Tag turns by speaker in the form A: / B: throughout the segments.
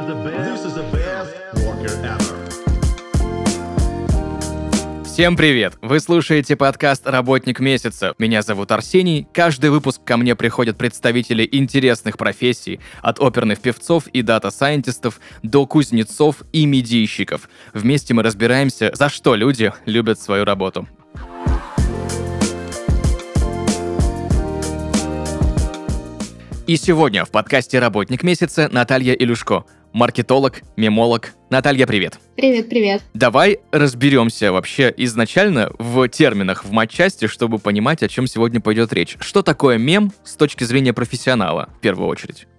A: best worker ever.
B: Всем привет! Вы слушаете подкаст «Работник месяца». Меня зовут Арсений. Каждый выпуск ко мне приходят представители интересных профессий, от оперных певцов и дата-сайентистов до кузнецов и медийщиков. Вместе мы разбираемся, за что люди любят свою работу. И сегодня в подкасте «Работник месяца» Наталья Илюшко, маркетолог, мемолог. Наталья, привет.
C: Привет.
B: Давай разберемся вообще изначально в терминах в матчасти, чтобы понимать, о чем сегодня пойдет речь. Что такое мем с точки зрения профессионала, в первую очередь?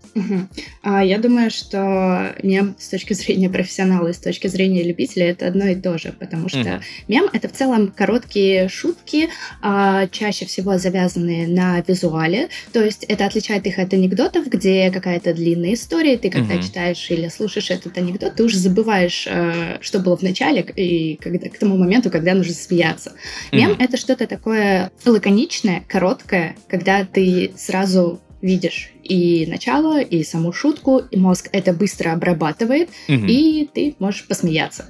C: Я думаю, что мем с точки зрения профессионала и с точки зрения любителя — это одно и то же, потому что мем — это в целом короткие шутки, чаще всего завязанные на визуале, то есть это отличает их от анекдотов, где какая-то длинная история, ты когда читаешь или слушаешь этот анекдот, ты уже забываешь, что было в начале, и к тому моменту, когда нужно смеяться. Мем — это что-то такое лаконичное, короткое, когда ты сразу видишь и начало, и саму шутку, и мозг это быстро обрабатывает, и ты можешь посмеяться.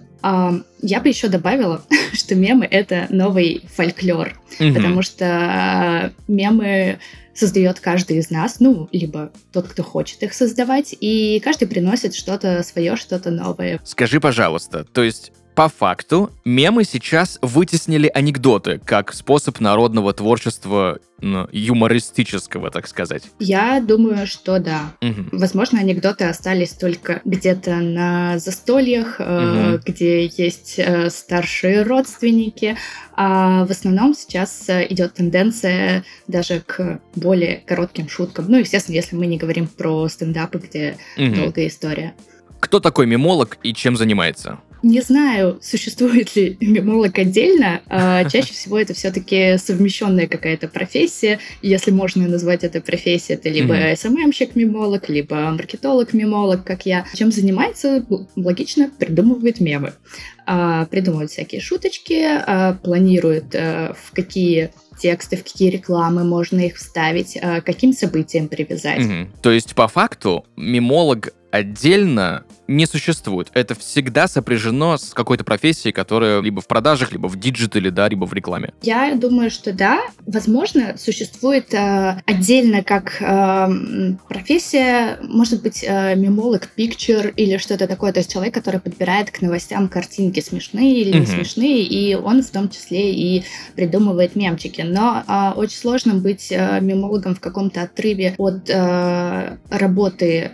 C: Я бы еще добавила, что мемы — это новый фольклор, потому что мемы создает каждый из нас, либо тот, кто хочет их создавать, и каждый приносит что-то свое, что-то новое.
B: Скажи, пожалуйста, то есть по факту мемы сейчас вытеснили анекдоты как способ народного творчества, юмористического, так сказать?
C: Я думаю, что да. Возможно, анекдоты остались только где-то на застольях, где есть старшие родственники, а в основном сейчас идет тенденция даже к более коротким шуткам. Естественно, если мы не говорим про стендапы, где долгая история.
B: Кто такой мемолог и чем занимается?
C: Не знаю, существует ли мемолог отдельно. Чаще всего это все-таки совмещенная какая-то профессия. Если можно назвать это профессией, это либо СММщик-мемолог, либо маркетолог-мемолог, как я. Чем занимается? Логично, придумывает мемы. Придумывает всякие шуточки, планирует, в какие тексты, в какие рекламы можно их вставить, каким событиям привязать.
B: То есть, по факту, мемолог отдельно не существует. Это всегда сопряжено с какой-то профессией, которая либо в продажах, либо в диджитале, да, либо в рекламе.
C: Я думаю, что да. Возможно, существует отдельно как профессия, может быть, мемолог-пикчер или что-то такое. То есть человек, который подбирает к новостям картинки смешные или не смешные, и он в том числе и придумывает мемчики. Но очень сложно быть мемологом в каком-то отрыве от работы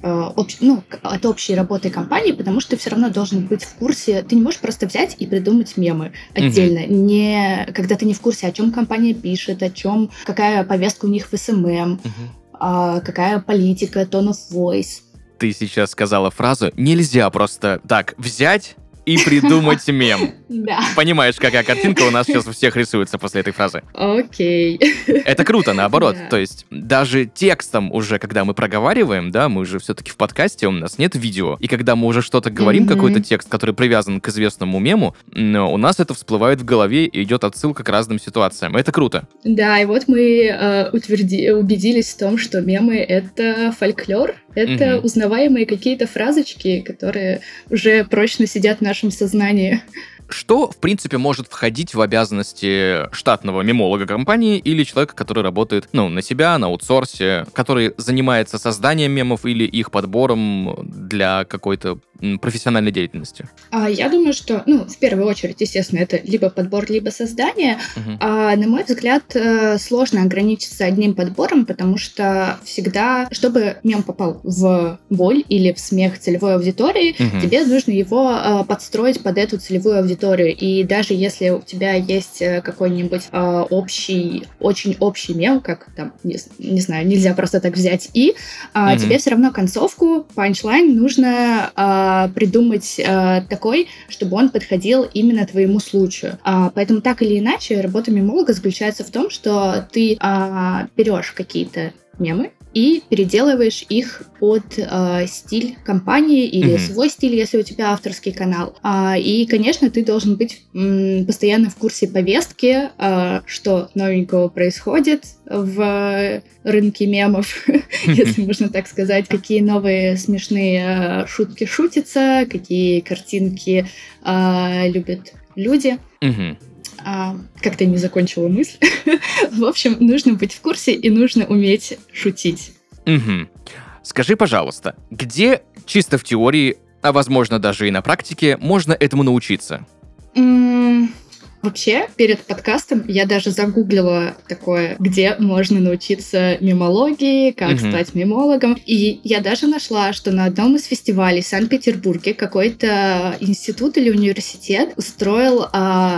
C: от общей работы компании, потому что ты все равно должен быть в курсе. Ты не можешь просто взять и придумать мемы отдельно, когда ты не в курсе, о чем компания пишет, какая повестка у них в СММ, какая политика, tone of voice.
B: Ты сейчас сказала фразу «нельзя просто так взять и придумать мем».
C: Да.
B: Понимаешь, какая картинка у нас сейчас у всех рисуется после этой фразы?
C: Окей.
B: Это круто, наоборот.
C: Да.
B: То есть даже текстом уже, когда мы проговариваем, да, мы же все-таки в подкасте, у нас нет видео. И когда мы уже что-то говорим, какой-то текст, который привязан к известному мему, у нас это всплывает в голове и идет отсылка к разным ситуациям. Это круто.
C: Да, и вот мы убедились в том, что мемы — это фольклор, это узнаваемые какие-то фразочки, которые уже прочно сидят в нашем сознании.
B: Что, в принципе, может входить в обязанности штатного мемолога компании или человека, который работает, на себя, на аутсорсе, который занимается созданием мемов или их подбором для какой-то профессиональной деятельности?
C: Я думаю, что, в первую очередь, естественно, это либо подбор, либо создание. На мой взгляд, сложно ограничиться одним подбором, потому что всегда, чтобы мем попал в боль или в смех целевой аудитории, тебе нужно его подстроить под эту целевую аудиторию. И даже если у тебя есть какой-нибудь очень общий мем, как там, не знаю, нельзя просто так взять тебе все равно концовку, панчлайн нужно придумать такой, чтобы он подходил именно твоему случаю. Поэтому так или иначе работа мемолога заключается в том, что ты берешь какие-то мемы, и переделываешь их под стиль компании или свой стиль, если у тебя авторский канал. И, конечно, ты должен быть постоянно в курсе повестки, что новенького происходит в рынке мемов, если можно так сказать, какие новые смешные шутки шутятся, какие картинки любят люди. Как-то не закончила мысль. В общем, нужно быть в курсе и нужно уметь шутить.
B: Скажи, пожалуйста, где чисто в теории, а возможно даже и на практике, можно этому научиться?
C: Вообще, перед подкастом я даже загуглила такое, где можно научиться мемологии, как стать мемологом. И я даже нашла, что на одном из фестивалей в Санкт-Петербурге какой-то институт или университет устроил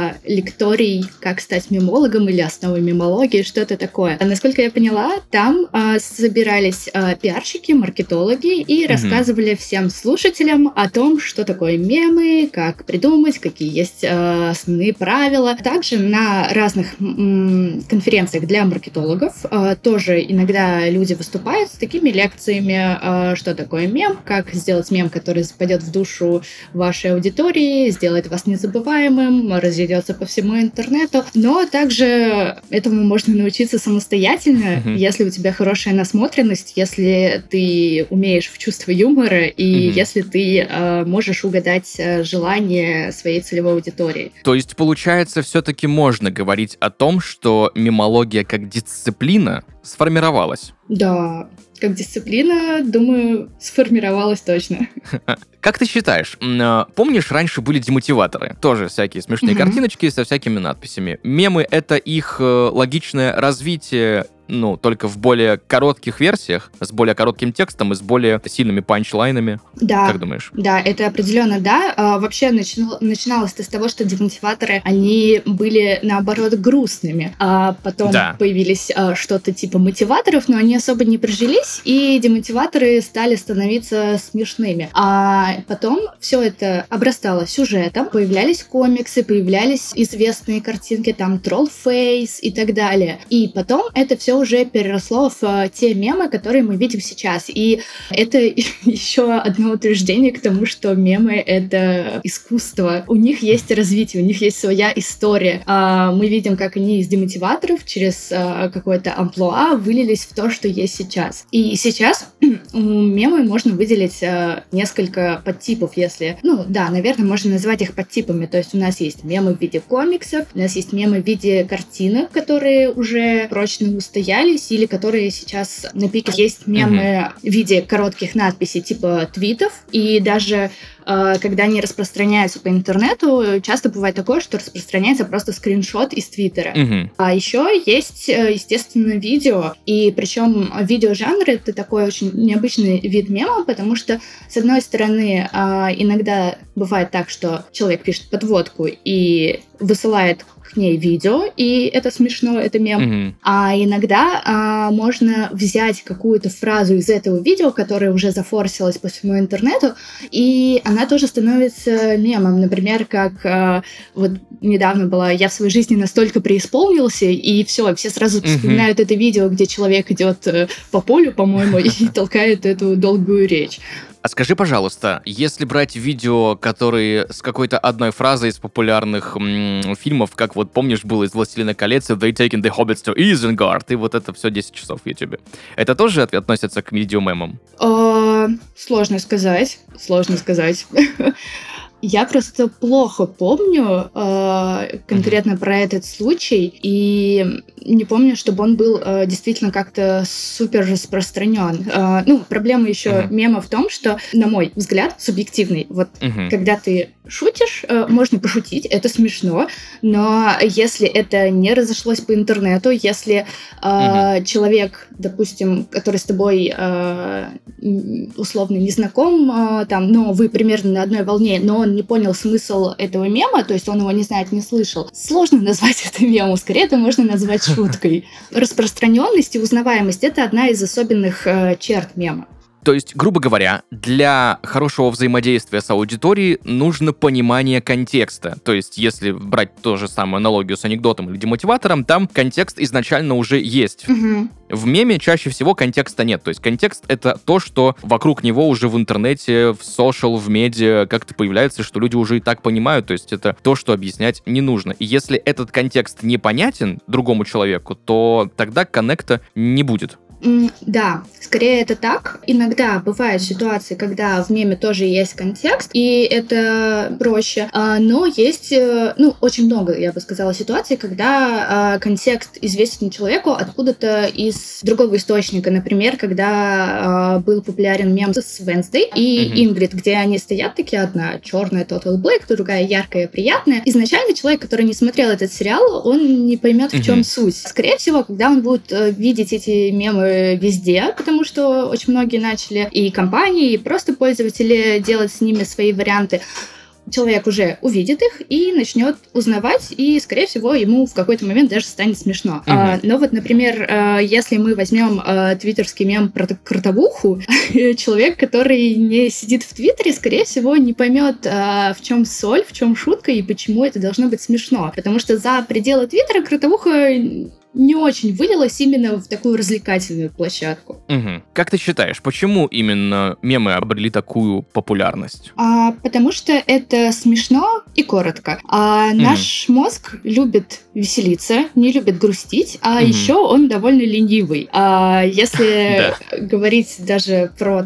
C: лекторий «Как стать мемологом» или «Основы мемологии», что-то такое. Насколько я поняла, там собирались пиарщики, маркетологи и рассказывали всем слушателям о том, что такое мемы, как придумать, какие есть основные правила. Также на разных конференциях для маркетологов тоже иногда люди выступают с такими лекциями, что такое мем, как сделать мем, который западет в душу вашей аудитории, сделает вас незабываемым, разойдется по всему интернету. Но также этому можно научиться самостоятельно, если у тебя хорошая насмотренность, если ты умеешь в чувство юмора и если ты можешь угадать желания своей целевой аудитории.
B: То есть, получается, все-таки можно говорить о том, что мемология как дисциплина сформировалась.
C: Да, как дисциплина, думаю, сформировалась точно.
B: Как ты считаешь, помнишь, раньше были демотиваторы? Тоже всякие смешные картиночки со всякими надписями. Мемы — это их логичное развитие, только в более коротких версиях, с более коротким текстом и с более сильными панчлайнами.
C: Да.
B: Как думаешь?
C: Да, это определенно да. Вообще начиналось это с того, что демотиваторы, они были, наоборот, грустными. А потом появились что-то типа мотиваторов, но они особо не прижились, и демотиваторы стали становиться смешными. А потом все это обрастало сюжетом, появлялись комиксы, появлялись известные картинки, там, Trollface и так далее. И потом это все уже переросло в те мемы, которые мы видим сейчас. И это еще одно утверждение к тому, что мемы — это искусство. У них есть развитие, у них есть своя история. Мы видим, как они из демотиваторов через какое-то амплуа вылились в то, что есть сейчас. И сейчас мемы можно выделить несколько подтипов, если... наверное, можно назвать их подтипами. То есть у нас есть мемы в виде комиксов, у нас есть мемы в виде картинок, которые уже прочно устоялись, или которые сейчас на пике. Есть мемы в виде коротких надписей типа твитов, и даже когда они распространяются по интернету, часто бывает такое, что распространяется просто скриншот из Твиттера. А еще есть, естественно, видео, и причем видеожанр — это такой очень необычный вид мема, потому что, с одной стороны, иногда бывает так, что человек пишет подводку и высылает к ней видео, и это смешно, это мем. А иногда можно взять какую-то фразу из этого видео, которая уже зафорсилась по всему интернету, и она тоже становится мемом. Например, как вот недавно была «Я в своей жизни настолько преисполнился», и все сразу вспоминают это видео, где человек идет по полю, по-моему, и толкает эту долгую речь.
B: А скажи, пожалуйста, если брать видео, которые с какой-то одной фразой из популярных фильмов, как вот помнишь, было из «Властелина колец», «They taken the hobbits to Isengard», и вот это все 10 часов в Ютубе. Это тоже относится к видеомемам?
C: Сложно сказать. Я просто плохо помню конкретно про этот случай, и не помню, чтобы он был действительно как-то супер распространен. Проблема еще мема в том, что, на мой взгляд, субъективный. Вот когда ты шутишь, можно пошутить, это смешно, но если это не разошлось по интернету, если человек, допустим, который с тобой условно не знаком, но вы примерно на одной волне, но он не понял смысл этого мема, то есть он его не знает, не слышал, сложно назвать это мемом, скорее это можно назвать шуткой. Распространенность и узнаваемость — это одна из особенных черт мема.
B: То есть, грубо говоря, для хорошего взаимодействия с аудиторией нужно понимание контекста. То есть, если брать ту же самую аналогию с анекдотом или демотиватором, там контекст изначально уже есть. В меме чаще всего контекста нет. То есть контекст — это то, что вокруг него уже в интернете, в social, в медиа как-то появляется, что люди уже и так понимают. То есть это то, что объяснять не нужно. И если этот контекст непонятен другому человеку, то тогда коннекта не будет.
C: Да, скорее это так. Иногда бывают ситуации, когда в меме тоже есть контекст, и это проще. Но есть, очень много, я бы сказала, ситуаций, когда контекст известен человеку откуда-то из другого источника. Например, когда был популярен мем с Wednesday и Ингрид, где они стоят такие, одна черная Total Black, другая яркая, приятная. Изначально человек, который не смотрел этот сериал, он не поймет, в чем суть. Скорее всего, когда он будет видеть эти мемы везде, потому что очень многие начали, и компании, и просто пользователи, делать с ними свои варианты, человек уже увидит их и начнет узнавать, и, скорее всего, ему в какой-то момент даже станет смешно. Но вот, например, если мы возьмем твиттерский мем про кротовуху, человек, который не сидит в Твиттере, скорее всего, не поймет, в чем соль, в чем шутка и почему это должно быть смешно. Потому что за пределы Твиттера кротовуха не очень вылилась именно в такую развлекательную площадку.
B: Как ты считаешь, почему именно мемы обрели такую популярность?
C: Потому что это смешно и коротко. Наш мозг любит веселиться, не любит грустить, а еще он довольно ленивый. Если говорить даже про,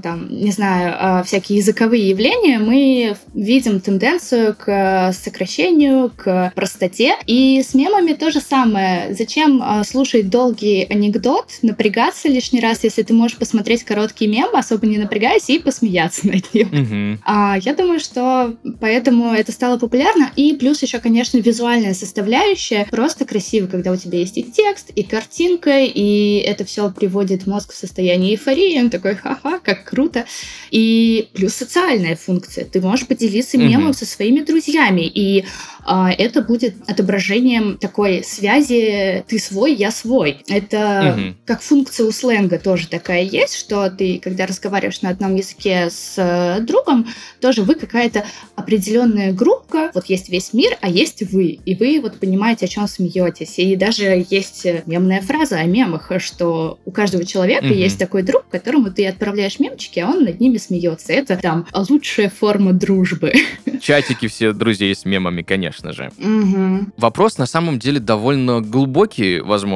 C: всякие языковые явления, мы видим тенденцию к сокращению, к простоте. И с мемами то же самое. Зачем слушать долгий анекдот, напрягаться лишний раз, если ты можешь посмотреть короткий мем, особо не напрягаясь, и посмеяться над ним. Я думаю, что поэтому это стало популярно. И плюс еще, конечно, визуальная составляющая. Просто красиво, когда у тебя есть и текст, и картинка, и это все приводит мозг в состояние эйфории. Он такой, ха-ха, как круто. И плюс социальная функция. Ты можешь поделиться мемом со своими друзьями, и это будет отображением такой связи «ты свой, я свой». Это как функция у сленга тоже такая есть, что ты, когда разговариваешь на одном языке с другом, тоже вы какая-то определенная группа, вот есть весь мир, а есть вы, и вы вот понимаете, о чем смеетесь. И даже есть мемная фраза о мемах, что у каждого человека есть такой друг, которому ты отправляешь мемчики, а он над ними смеется. Это там лучшая форма дружбы.
B: Чатики все друзей с мемами, конечно же. Вопрос на самом деле довольно глубокий,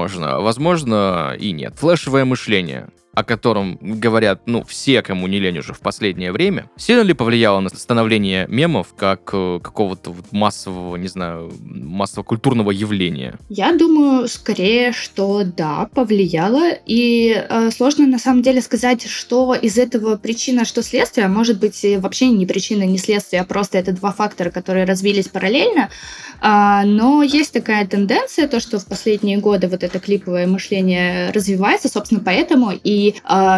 B: возможно и нет. Флешевое мышление, о котором говорят, все, кому не лень уже в последнее время, сильно ли повлияло на становление мемов как какого-то массового, массово-культурного явления?
C: Я думаю, скорее, что да, повлияло. И сложно на самом деле сказать, что из этого причина, что следствие. Может быть, вообще не причина, не следствие, а просто это два фактора, которые развились параллельно. Но есть такая тенденция, то, что в последние годы вот это клиповое мышление развивается, собственно, поэтому и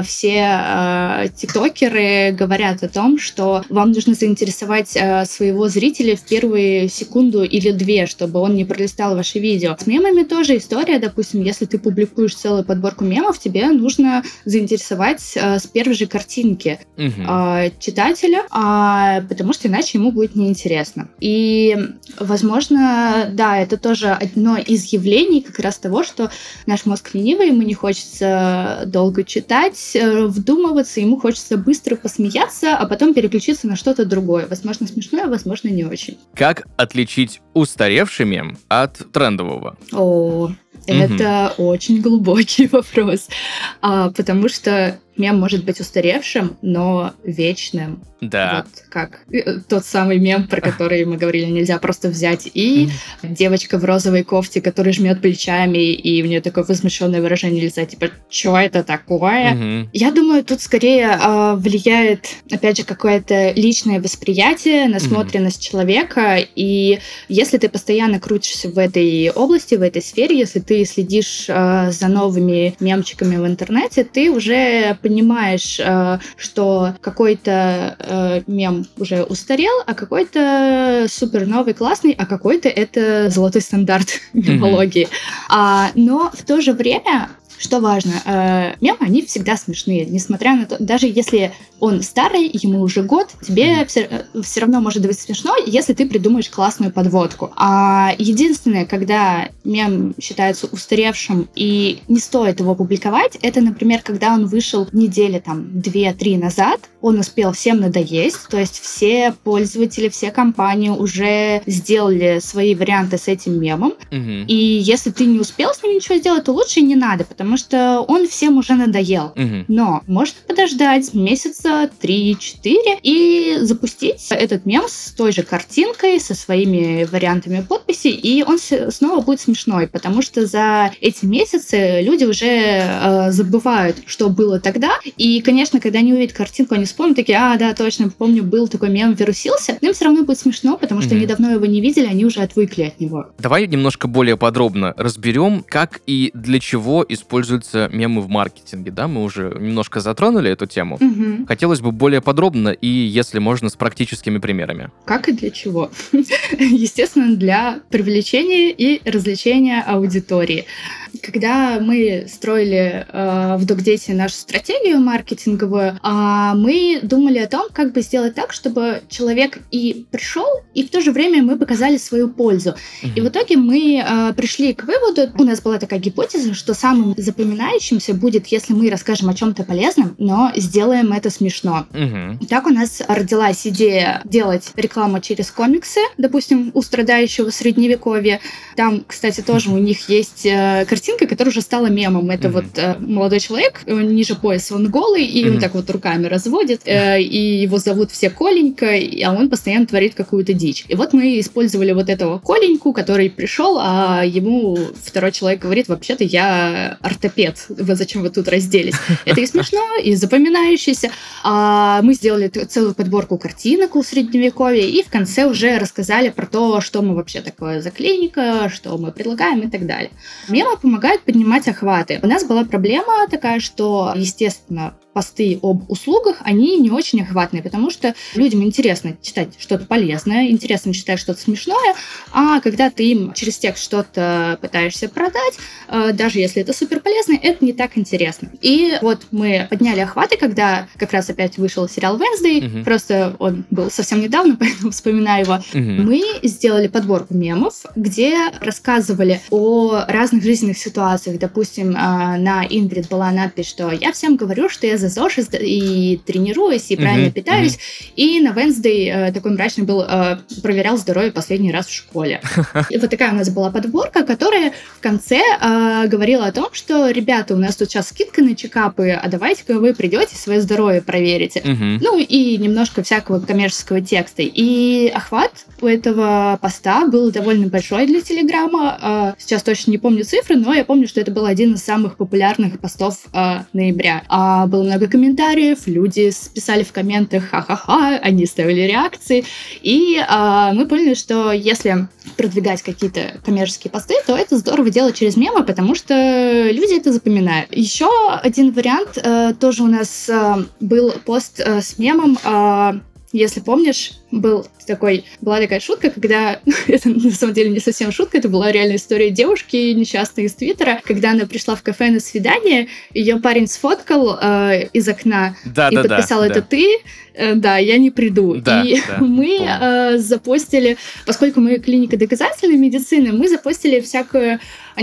C: все тиктокеры говорят о том, что вам нужно заинтересовать своего зрителя в первые секунду или две, чтобы он не пролистал ваши видео. С мемами тоже история, допустим, если ты публикуешь целую подборку мемов, тебе нужно заинтересовать с первой же картинки читателя, потому что иначе ему будет неинтересно. И, возможно, да, это тоже одно из явлений как раз того, что наш мозг ленивый, ему не хочется долго читать, вдумываться, ему хочется быстро посмеяться, а потом переключиться на что-то другое. Возможно, смешное, возможно, не очень.
B: Как отличить устаревший мем от трендового?
C: Это очень глубокий вопрос, потому что мем может быть устаревшим, но вечным.
B: Да.
C: Вот как тот самый мем, про который мы говорили, нельзя просто взять. И девочка в розовой кофте, которая жмет плечами, и у нее такое возмущенное выражение лица, типа, что это такое? Я думаю, тут скорее влияет, опять же, какое-то личное восприятие, насмотренность человека. И если ты постоянно крутишься в этой области, в этой сфере, если ты следишь за новыми мемчиками в интернете, ты уже понимаешь, что какой-то мем уже устарел, а какой-то супер новый, классный, а какой-то это золотой стандарт мемологии. Но в то же время Что важно, мемы, они всегда смешные, несмотря на то, даже если он старый, ему уже год, тебе все равно может быть смешно, если ты придумаешь классную подводку. А единственное, когда мем считается устаревшим и не стоит его публиковать, это, например, когда он вышел недели там 2-3 назад, он успел всем надоесть, то есть все пользователи, все компании уже сделали свои варианты с этим мемом, и если ты не успел с ним ничего сделать, то лучше не надо, потому что он всем уже надоел. Но можно подождать месяца 3-4 и запустить этот мем с той же картинкой, со своими вариантами подписи, и он снова будет смешной, потому что за эти месяцы люди уже забывают, что было тогда, и, конечно, когда они увидят картинку, они вспомнят, такие, да, точно, помню, был такой мем, вирусился, но им все равно будет смешно, потому что они давно его не видели, они уже отвыкли от него.
B: Давай немножко более подробно разберем, как и для чего используются мемы в маркетинге, да? Мы уже немножко затронули эту тему. Хотелось бы более подробно и, если можно, с практическими примерами.
C: Как и для чего? Естественно, для привлечения и развлечения аудитории. Когда мы строили в Догдете нашу стратегию маркетинговую, мы думали о том, как бы сделать так, чтобы человек и пришел, и в то же время мы показали свою пользу. И в итоге мы пришли к выводу, у нас была такая гипотеза, что самым запоминающимся будет, если мы расскажем о чем-то полезном, но сделаем это смешно. И так у нас родилась идея делать рекламу через комиксы, допустим, у страдающего средневековья. Там, кстати, тоже у них есть картинка, которая уже стала мемом. Это вот молодой человек, ниже пояса он голый, и он так вот руками разводит, и его зовут все Коленька, а он постоянно творит какую-то дичь. И вот мы использовали вот этого Коленьку, который пришел, а ему второй человек говорит, вообще-то я ортопед, зачем вы тут разделись? Это и смешно, и запоминающееся. Мы сделали целую подборку картинок у Средневековья, и в конце уже рассказали про то, что мы вообще такое за клиника, что мы предлагаем и так далее. Мемы помогают поднимать охваты. У нас была проблема такая, что, естественно, посты об услугах, они не очень охватные, потому что людям интересно читать что-то полезное, интересно читать что-то смешное, а когда ты им через текст что-то пытаешься продать, даже если это супер полезно, это не так интересно. И вот мы подняли охваты, когда как раз опять вышел сериал Wednesday, просто он был совсем недавно, поэтому вспоминаю его. Мы сделали подборку мемов, где рассказывали о разных жизненных ситуациях. Допустим, на Ингрид была надпись, что «Я всем говорю, что я за ЗОЖ и тренируюсь, и правильно питаюсь». И на Wednesday такой мрачный был «Проверял здоровье последний раз в школе». И вот такая у нас была подборка, которая в конце говорила о том, что «Ребята, у нас тут сейчас скидка на чекапы, а давайте-ка вы придете свое здоровье проверите». Ну и немножко всякого коммерческого текста. И охват у этого поста был довольно большой для Телеграма. Сейчас точно не помню цифры, но я помню, что это был один из самых популярных постов ноября. Было много комментариев, люди писали в комментах «ха-ха-ха», они ставили реакции, и мы поняли, что если продвигать какие-то коммерческие посты, то это здорово делать через мемы, потому что люди это запоминают. Еще один вариант, тоже у нас был пост с мемом, если помнишь, была такая шутка, когда, это на самом деле не совсем шутка, это была реальная история девушки несчастной из Твиттера, когда она пришла в кафе на свидание, ее парень сфоткал из окна и подписал «Это ты?», да, я не приду. Мы запостили, поскольку мы клиника доказательной медицины, мы запостили всякую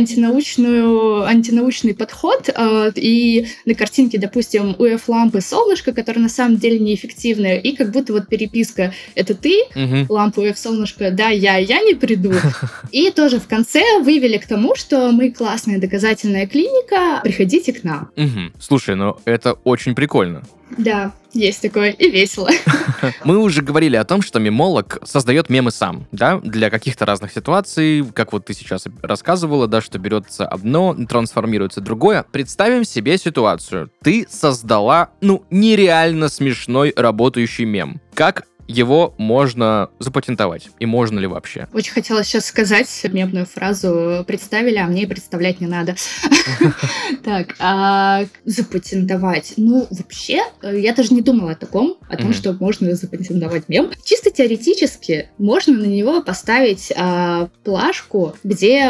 C: антинаучный подход, и на картинке, допустим, у F-лампы солнышко, которое на самом деле неэффективное, и как будто вот переписка «Это ты?», лампу F-солнышко, да, я не приду. И тоже в конце вывели к тому, что мы классная доказательная клиника, приходите к нам.
B: Слушай, ну это очень прикольно.
C: Да, есть такое, и весело.
B: Мы уже говорили о том, что мемолог создает мемы сам, да, для каких-то разных ситуаций, как вот ты сейчас рассказывала, да, что берется одно, трансформируется другое. Представим себе ситуацию. Ты создала, нереально смешной работающий мем. Как его можно запатентовать? И можно ли вообще?
C: Очень хотела сейчас сказать мемную фразу «представили, а мне и представлять не надо». Так, запатентовать. Ну, вообще, я даже не думала о том, что можно запатентовать мем. Чисто теоретически можно на него поставить плашку, где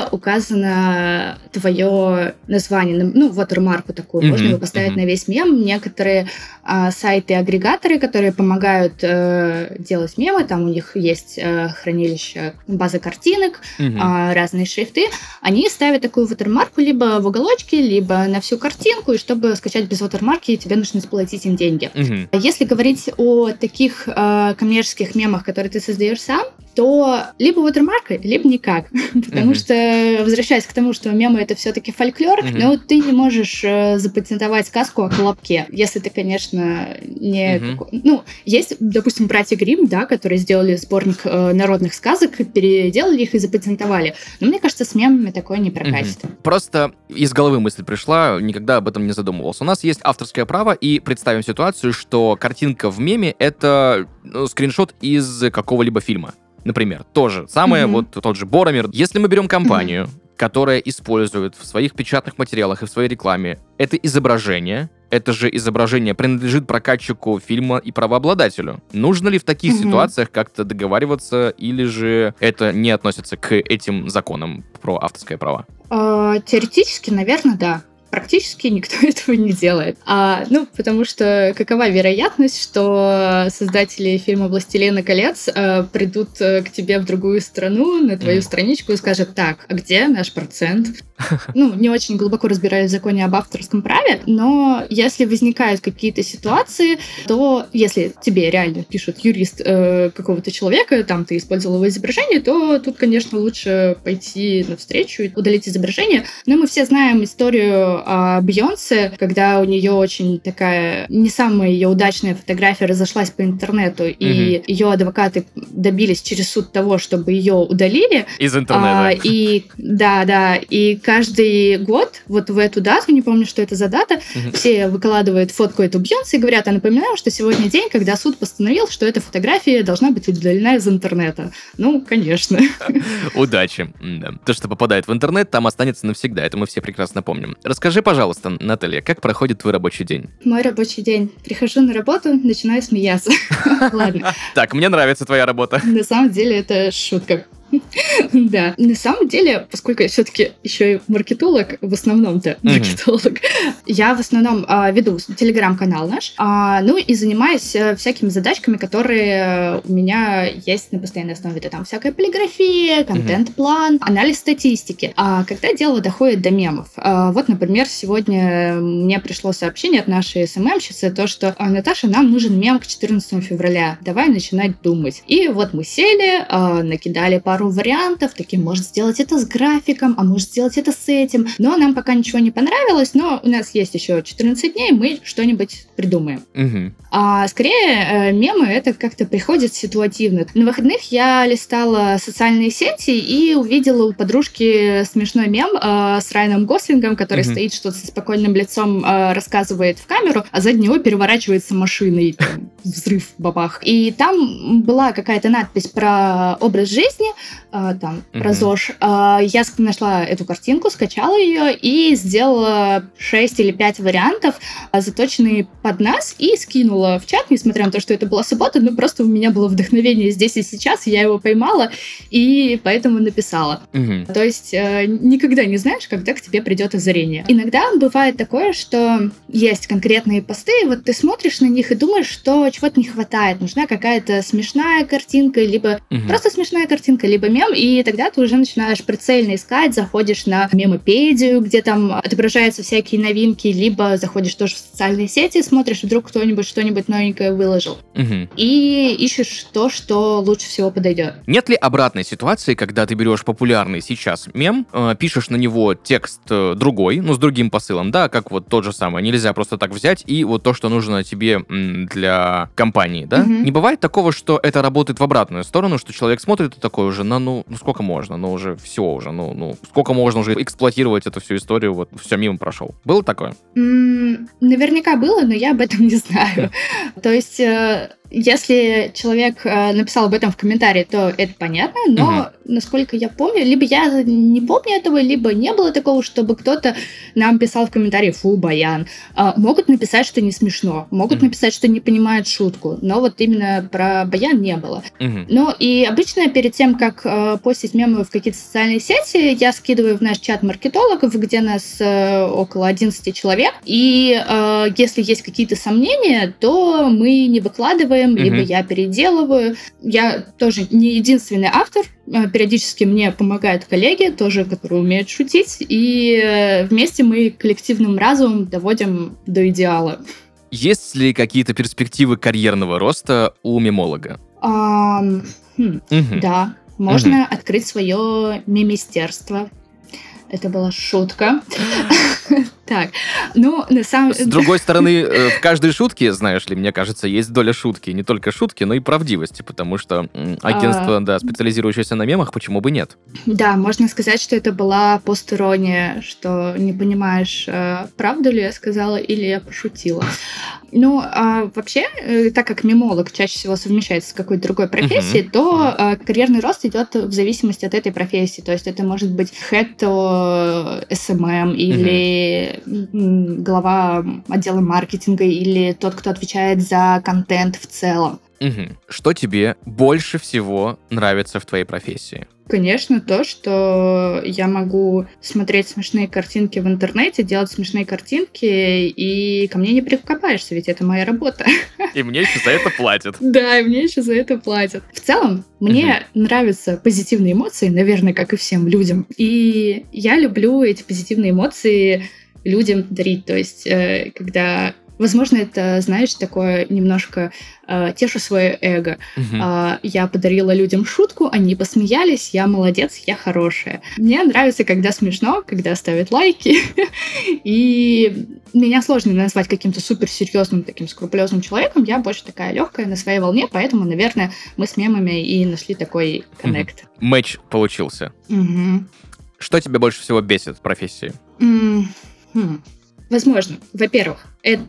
C: указано твое название, ну, watermark такую. Можно его поставить на весь мем. Некоторые сайты-агрегаторы, которые помогают делать мемы, там у них есть хранилище, база картинок, разные шрифты, они ставят такую watermark либо в уголочке, либо на всю картинку, и чтобы скачать без watermark, тебе нужно заплатить им деньги. Если говорить о таких коммерческих мемах, которые ты создаешь сам, то либо watermark, либо никак. Потому что, возвращаясь к тому, что мемы — это все-таки фольклор, но ты не можешь запатентовать сказку о Колобке, если ты, конечно, не... Ну, есть, допустим, братья Гримм, да, которые сделали сборник народных сказок, переделали их и запатентовали. Но мне кажется, с мемами такое не прокатит.
B: Просто из головы мысль пришла, никогда об этом не задумывался. У нас есть авторское право, и представим ситуацию, что картинка в меме — это скриншот из какого-либо фильма. Например, то же самое, вот тот же Боромир. Если мы берем компанию, которая использует в своих печатных материалах и в своей рекламе это изображение принадлежит прокатчику фильма и правообладателю. Нужно ли в таких ситуациях как-то договариваться, или же это не относится к этим законам про авторское право?
C: Теоретически, наверное, да. Практически никто этого не делает. Потому что какова вероятность, что создатели фильма «Властелина колец» придут к тебе в другую страну, на твою страничку и скажут: так, а где наш процент? Не очень глубоко разбираюсь в законе об авторском праве, но если возникают какие-то ситуации, то если тебе реально пишет юрист какого-то человека, там ты использовал его изображение, то тут, конечно, лучше пойти навстречу и удалить изображение. Но мы все знаем историю Бейонсе, когда у нее очень такая не самая ее удачная фотография разошлась по интернету, и ее адвокаты добились через суд того, чтобы ее удалили.
B: Из интернета.
C: И каждый год, вот в эту дату, не помню, что это за дата, все выкладывают фотку эту Бейонсе и говорят: а напоминаем, что сегодня день, когда суд постановил, что эта фотография должна быть удалена из интернета. Ну, конечно.
B: Удачи. То, что попадает в интернет, там останется навсегда. Это мы все прекрасно помним. Расскажи, пожалуйста, Наталья, как проходит твой рабочий день?
C: Мой рабочий день. Прихожу на работу, начинаю смеяться. Ладно.
B: Так, мне нравится твоя работа.
C: На самом деле это шутка. Да. На самом деле, поскольку я все-таки еще и маркетолог, в основном-то маркетолог, я в основном веду телеграм-канал наш, и занимаюсь всякими задачками, которые у меня есть на постоянной основе. Это там всякая полиграфия, контент-план, анализ статистики. А когда дело доходит до мемов? Вот, например, сегодня мне пришло сообщение от нашей СММщицы, то, что: Наташа, нам нужен мем к 14 февраля, давай начинать думать. И вот мы сели, накидали пару вариантов, таким: может сделать это с графиком, а может сделать это с этим. Но нам пока ничего не понравилось, но у нас есть еще 14 дней, мы что-нибудь придумаем. Скорее, мемы это как-то приходит ситуативно. На выходных я листала социальные сети и увидела у подружки смешной мем с Райаном Гослингом, который стоит, что-то со спокойным лицом рассказывает в камеру, а сзади него переворачивается машина, и там взрыв, бабах. И там была какая-то надпись про образ жизни, про ЗОЖ. Я нашла эту картинку, скачала ее и сделала 6 или 5 вариантов, заточенные под нас, и скинула в чат, несмотря на то, что это была суббота, но просто у меня было вдохновение здесь и сейчас, я его поймала, и поэтому написала. То есть никогда не знаешь, когда к тебе придет озарение. Иногда бывает такое, что есть конкретные посты, вот ты смотришь на них и думаешь, что чего-то не хватает, нужна какая-то смешная картинка, либо просто смешная картинка, либо мем, и тогда ты уже начинаешь прицельно искать, заходишь на мемопедию, где там отображаются всякие новинки, либо заходишь тоже в социальные сети, смотришь, вдруг кто-нибудь что-нибудь новенькое выложил. И ищешь то, что лучше всего подойдет.
B: Нет ли обратной ситуации, когда ты берешь популярный сейчас мем, пишешь на него текст другой, с другим посылом, да, как вот тот же самый, нельзя просто так взять и вот то, что нужно тебе для компании, да? Не бывает такого, что это работает в обратную сторону, что человек смотрит и такой уже: сколько можно, уже все уже, сколько можно уже эксплуатировать эту всю историю, вот все, мимо прошел. Было такое?
C: Наверняка было, но я об этом не знаю. То есть Если человек написал об этом в комментарии, то это понятно, но, насколько я помню, либо я не помню этого, либо не было такого, чтобы кто-то нам писал в комментарии: «Фу, Баян». Могут написать, что не смешно, могут написать, что не понимают шутку, но вот именно про Баян не было. Ну и обычно перед тем, как постить мемы в какие-то социальные сети, я скидываю в наш чат маркетологов, где нас около 11 человек, и если есть какие-то сомнения, то мы не выкладываем, либо я переделываю. Я тоже не единственный автор, периодически мне помогают коллеги, тоже, которые умеют шутить, и вместе мы коллективным разумом доводим до идеала.
B: Есть ли какие-то перспективы карьерного роста у мемолога?
C: Да, можно открыть свое мемистерство. Это была шутка. Так, ну, на самом...
B: С другой стороны, в каждой шутке, знаешь ли, мне кажется, есть доля шутки. Не только шутки, но и правдивости, потому что агентство, да, специализирующееся на мемах, почему бы нет?
C: Да, можно сказать, что это была постирония, что не понимаешь, правду ли я сказала или я пошутила. Ну, вообще, так как мемолог чаще всего совмещается с какой-то другой профессией, то карьерный рост идет в зависимости от этой профессии. То есть это может быть head SMM или глава отдела маркетинга или тот, кто отвечает за контент в целом.
B: Что тебе больше всего нравится в твоей профессии?
C: Конечно, то, что я могу смотреть смешные картинки в интернете, делать смешные картинки, и ко мне не прикопаешься, ведь это моя работа.
B: И мне еще за это платят.
C: Да, и мне еще за это платят. В целом, мне нравятся позитивные эмоции, наверное, как и всем людям. И я люблю эти позитивные эмоции людям дарить. То есть, когда... Возможно, это, знаешь, такое немножко тешу свое эго. Я подарила людям шутку, они посмеялись, я молодец, я хорошая. Мне нравится, когда смешно, когда ставят лайки. И меня сложно назвать каким-то суперсерьезным, таким скрупулезным человеком. Я больше такая легкая, на своей волне, поэтому, наверное, мы с мемами и нашли такой коннект.
B: Матч получился. Что тебя больше всего бесит в профессии?
C: Возможно. Во-первых,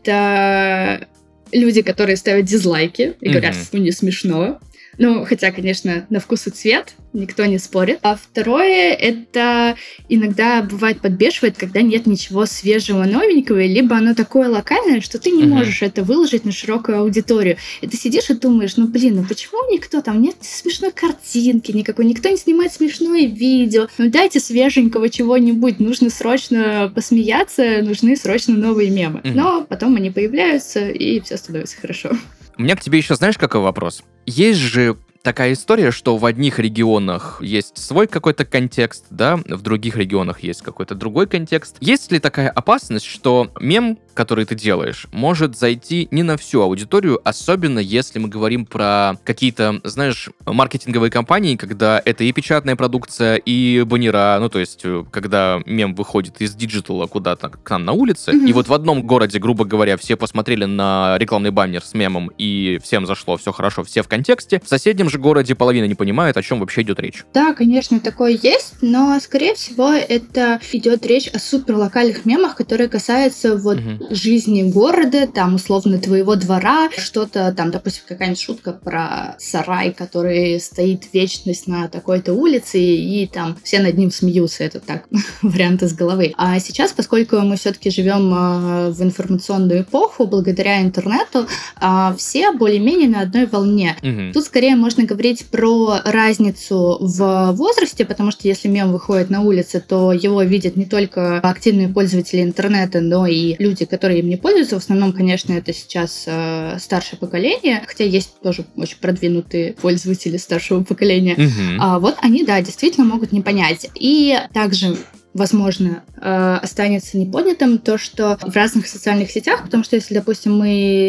C: это люди, которые ставят дизлайки и говорят, что не смешно. Ну, хотя, конечно, на вкус и цвет, никто не спорит. А второе, это иногда бывает подбешивает, когда нет ничего свежего, новенького, либо оно такое локальное, что ты не можешь это выложить на широкую аудиторию. И ты сидишь и думаешь, ну почему никто там, нет смешной картинки никакой, никто не снимает смешное видео, ну дайте свеженького чего-нибудь, нужно срочно посмеяться, нужны срочно новые мемы. Но потом они появляются, и все становится хорошо.
B: У меня к тебе еще, знаешь, какой вопрос? Есть же такая история, что в одних регионах есть свой какой-то контекст, да, в других регионах есть какой-то другой контекст. Есть ли такая опасность, что мем, который ты делаешь, может зайти не на всю аудиторию, особенно если мы говорим про какие-то, знаешь, маркетинговые кампании, когда это и печатная продукция, и баннера, ну, то есть, когда мем выходит из диджитала куда-то к нам на улице, и вот в одном городе, грубо говоря, все посмотрели на рекламный баннер с мемом, и всем зашло, все хорошо, все в контексте, в соседнем же городе половина не понимает, о чем вообще идет речь.
C: Да, конечно, такое есть, но, скорее всего, это идет речь о суперлокальных мемах, которые касаются вот жизни города, там, условно, твоего двора, что-то там, допустим, какая-нибудь шутка про сарай, который стоит вечность на такой-то улице, и там все над ним смеются, это так, вариант из головы. А сейчас, поскольку мы все-таки живем в информационную эпоху, благодаря интернету, все более-менее на одной волне. Тут скорее можно говорить про разницу в возрасте, потому что если мем выходит на улице, то его видят не только активные пользователи интернета, но и люди, которые им не пользуются. В основном, конечно, это сейчас старшее поколение, хотя есть тоже очень продвинутые пользователи старшего поколения. Вот они, да, действительно могут не понять. И также возможно, останется непонятым то, что в разных социальных сетях, потому что если, допустим,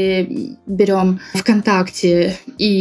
C: мы берем ВКонтакте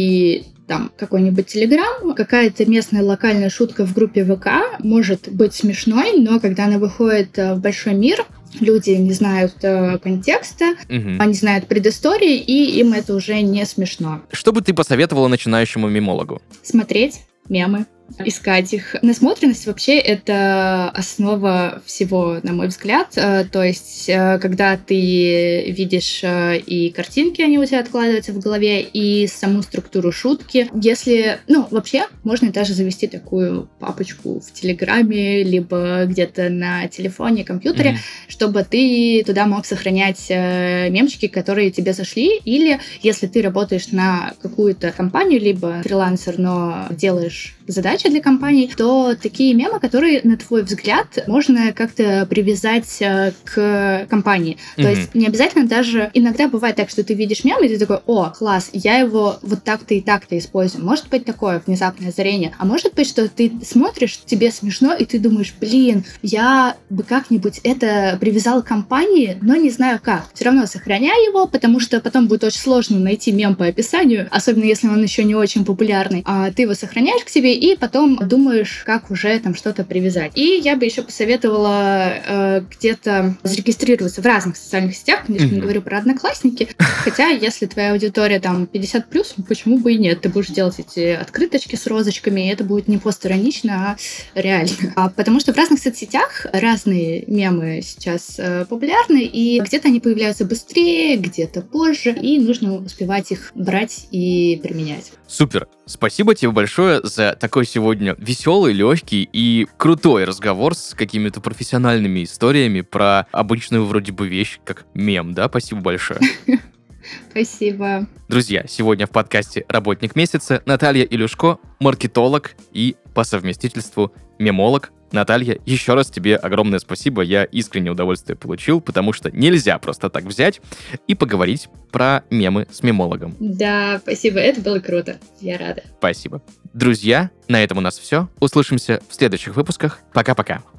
C: и там какой-нибудь Телеграм, какая-то местная локальная шутка в группе ВК может быть смешной, но когда она выходит в большой мир, люди не знают контекста, они знают предыстории, и им это уже не смешно.
B: Что бы ты посоветовала начинающему мемологу?
C: Смотреть мемы. искать их. Насмотренность вообще это основа всего, на мой взгляд. То есть, когда ты видишь и картинки, они у тебя откладываются в голове, и саму структуру шутки. Если, вообще, можно даже завести такую папочку в Телеграме, либо где-то на телефоне, компьютере, чтобы ты туда мог сохранять мемчики, которые тебе зашли, или если ты работаешь на какую-то компанию, либо фрилансер, но делаешь задачи для компаний, то такие мемы, которые, на твой взгляд, можно как-то привязать к компании. То есть не обязательно даже... Иногда бывает так, что ты видишь мем, и ты такой: о, класс, я его вот так-то и так-то использую. Может быть такое внезапное озарение. А может быть, что ты смотришь, тебе смешно, и ты думаешь: блин, я бы как-нибудь это привязал к компании, но не знаю как. Все равно сохраняй его, потому что потом будет очень сложно найти мем по описанию, особенно если он еще не очень популярный. А ты его сохраняешь к себе и потом думаешь, как уже там что-то привязать. И я бы еще посоветовала где-то зарегистрироваться в разных социальных сетях. Конечно, не говорю про Одноклассники. Хотя, если твоя аудитория там 50+, почему бы и нет? Ты будешь делать эти открыточки с розочками, и это будет не постиронично, а реально. Потому что в разных соцсетях разные мемы сейчас популярны, и где-то они появляются быстрее, где-то позже, и нужно успевать их брать и применять.
B: Супер! Спасибо тебе большое за такой сегодня веселый, легкий и крутой разговор с какими-то профессиональными историями про обычную вроде бы вещь, как мем, да? Спасибо большое.
C: Спасибо.
B: Друзья, сегодня в подкасте «Работник месяца» Наталья Илюшко, маркетолог и по совместительству мемолог. Наталья, еще раз тебе огромное спасибо, я искреннее удовольствие получил, потому что нельзя просто так взять и поговорить про мемы с мемологом.
C: Да, спасибо, это было круто, я рада.
B: Спасибо. Друзья, на этом у нас все. Услышимся в следующих выпусках. Пока-пока.